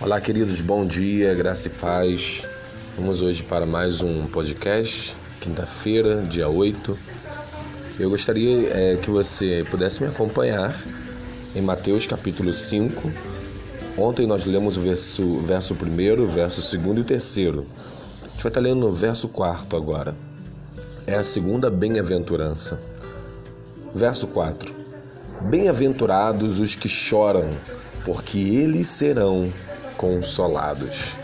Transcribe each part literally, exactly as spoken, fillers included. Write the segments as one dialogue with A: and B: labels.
A: Olá, queridos, bom dia, graça e paz. Vamos hoje para mais um podcast, quinta-feira, dia oito. Eu gostaria é, que você pudesse me acompanhar em Mateus capítulo cinco. Ontem nós lemos o verso, verso primeiro, verso segundo e o terceiro. A gente vai estar lendo o verso quarto agora. É a segunda bem-aventurança. Verso quatro. Bem-aventurados os que choram, porque eles serão consolados.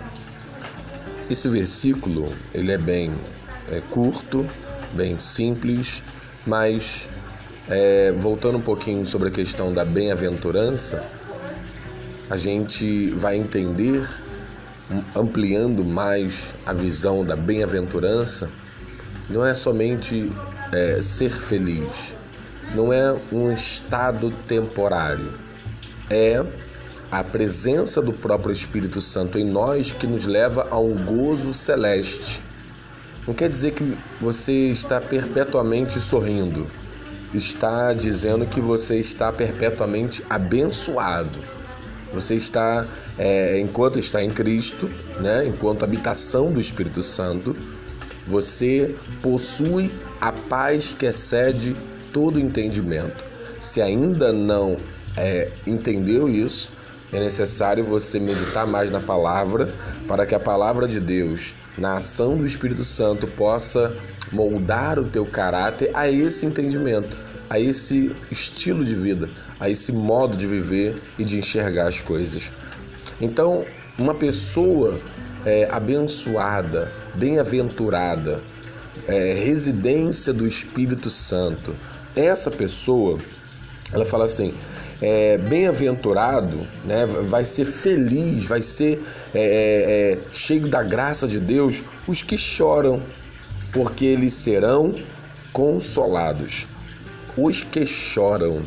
A: Esse versículo, ele é bem é, curto, bem simples, mas é, voltando um pouquinho sobre a questão da bem-aventurança, a gente vai entender, ampliando mais a visão da bem-aventurança, não é somente é, ser feliz, não é um estado temporário, é a presença do próprio Espírito Santo em nós que nos leva a um gozo celeste. Não quer dizer que você está perpetuamente sorrindo, está dizendo que você está perpetuamente abençoado. Você está, é, enquanto está em Cristo, né, enquanto habitação do Espírito Santo, você possui a paz que excede todo entendimento. Se ainda não é, entendeu isso, é necessário você meditar mais na palavra, para que a palavra de Deus, na ação do Espírito Santo, possa moldar o teu caráter a esse entendimento, a esse estilo de vida, a esse modo de viver e de enxergar as coisas. Então, uma pessoa é, abençoada, bem-aventurada, é, residência do Espírito Santo, essa pessoa, ela fala assim, é, bem-aventurado, né, vai ser feliz, vai ser é, é, cheio da graça de Deus, os que choram, porque eles serão consolados. Os que choram.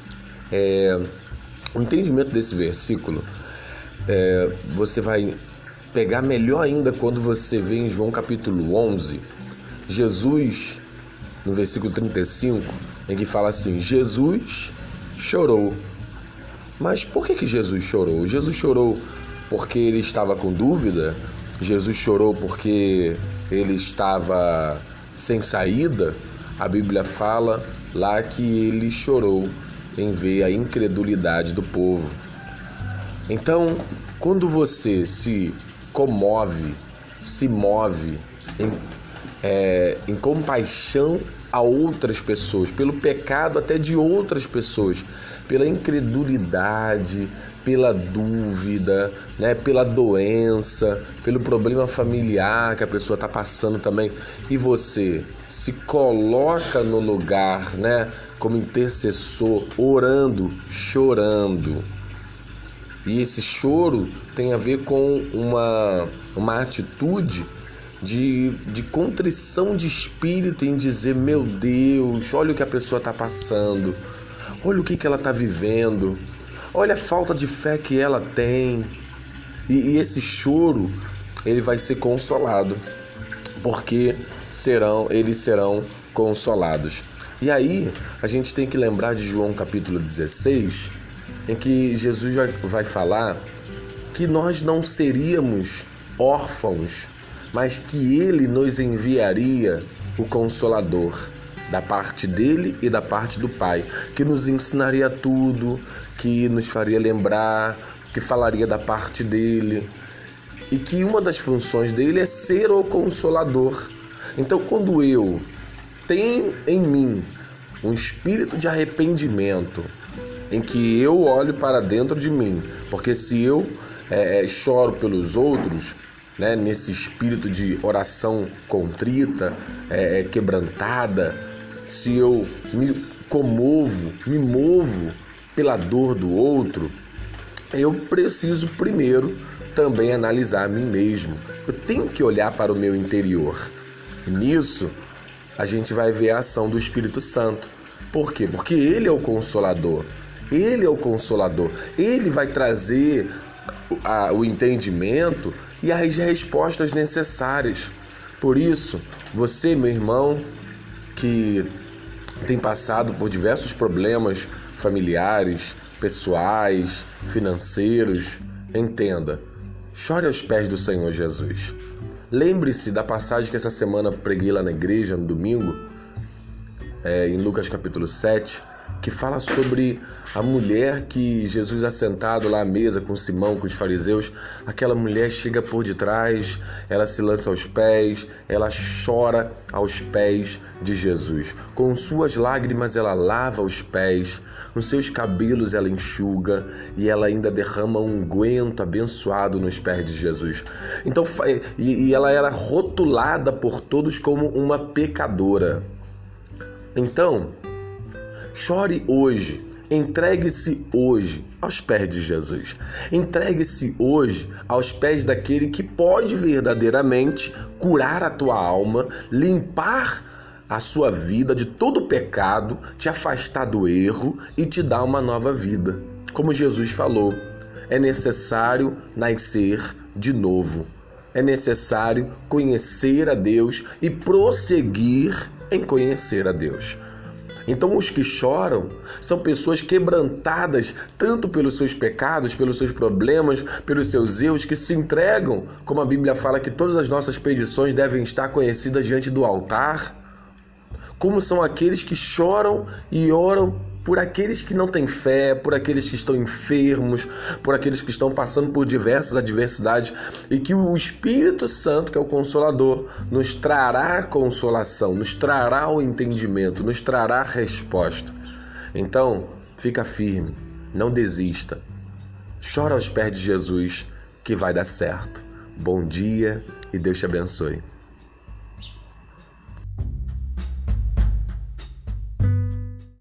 A: É, o entendimento desse versículo, é, você vai pegar melhor ainda quando você vê em João capítulo onze, Jesus, no versículo trinta e cinco, em que fala assim, Jesus chorou. Mas por que que Jesus chorou? Jesus chorou porque ele estava com dúvida? Jesus chorou porque ele estava sem saída? A Bíblia fala lá que ele chorou em ver a incredulidade do povo. Então, quando você se comove, se move em, é, em compaixão a outras pessoas, pelo pecado até de outras pessoas, pela incredulidade, pela dúvida, né, pela doença, pelo problema familiar que a pessoa está passando também, e você se coloca no lugar, né, como intercessor, orando, chorando. E esse choro tem a ver com uma, uma atitude De, de contrição de espírito em dizer, meu Deus, olha o que a pessoa está passando, olha o que, que ela está vivendo, olha a falta de fé que ela tem. E, e esse choro, ele vai ser consolado, porque serão, eles serão consolados. E aí, a gente tem que lembrar de João capítulo dezesseis, em que Jesus vai falar que nós não seríamos órfãos, mas que ele nos enviaria o Consolador, da parte dele e da parte do Pai, que nos ensinaria tudo, que nos faria lembrar, que falaria da parte dele, e que uma das funções dele é ser o Consolador. Então, quando eu tenho em mim um espírito de arrependimento, em que eu olho para dentro de mim, porque se eu é, choro pelos outros, né, nesse espírito de oração contrita, é, quebrantada, se eu me comovo, me movo pela dor do outro, eu preciso primeiro também analisar a mim mesmo. Eu tenho que olhar para o meu interior. E nisso, a gente vai ver a ação do Espírito Santo. Por quê? Porque ele é o Consolador. Ele é o Consolador. Ele vai trazer a, o entendimento e as respostas necessárias. Por isso, você, meu irmão, que tem passado por diversos problemas familiares, pessoais, financeiros, entenda, chore aos pés do Senhor Jesus. Lembre-se da passagem que essa semana preguei lá na igreja, no domingo, é, em Lucas capítulo sete, que fala sobre a mulher que Jesus assentado lá à mesa com Simão, com os fariseus, aquela mulher chega por detrás, ela se lança aos pés, ela chora aos pés de Jesus. Com suas lágrimas ela lava os pés, nos seus cabelos ela enxuga e ela ainda derrama um unguento abençoado nos pés de Jesus. Então, e ela era rotulada por todos como uma pecadora. Então, chore hoje, entregue-se hoje aos pés de Jesus. Entregue-se hoje aos pés daquele que pode verdadeiramente curar a tua alma, limpar a sua vida de todo pecado, te afastar do erro e te dar uma nova vida. Como Jesus falou, é necessário nascer de novo. É necessário conhecer a Deus e prosseguir em conhecer a Deus. Então os que choram são pessoas quebrantadas tanto pelos seus pecados, pelos seus problemas, pelos seus erros, que se entregam, como a Bíblia fala que todas as nossas petições devem estar conhecidas diante do altar. Como são aqueles que choram e oram por aqueles que não têm fé, por aqueles que estão enfermos, por aqueles que estão passando por diversas adversidades, e que o Espírito Santo, que é o Consolador, nos trará consolação, nos trará o entendimento, nos trará resposta. Então, fica firme, não desista. Chora aos pés de Jesus que vai dar certo. Bom dia e Deus te abençoe.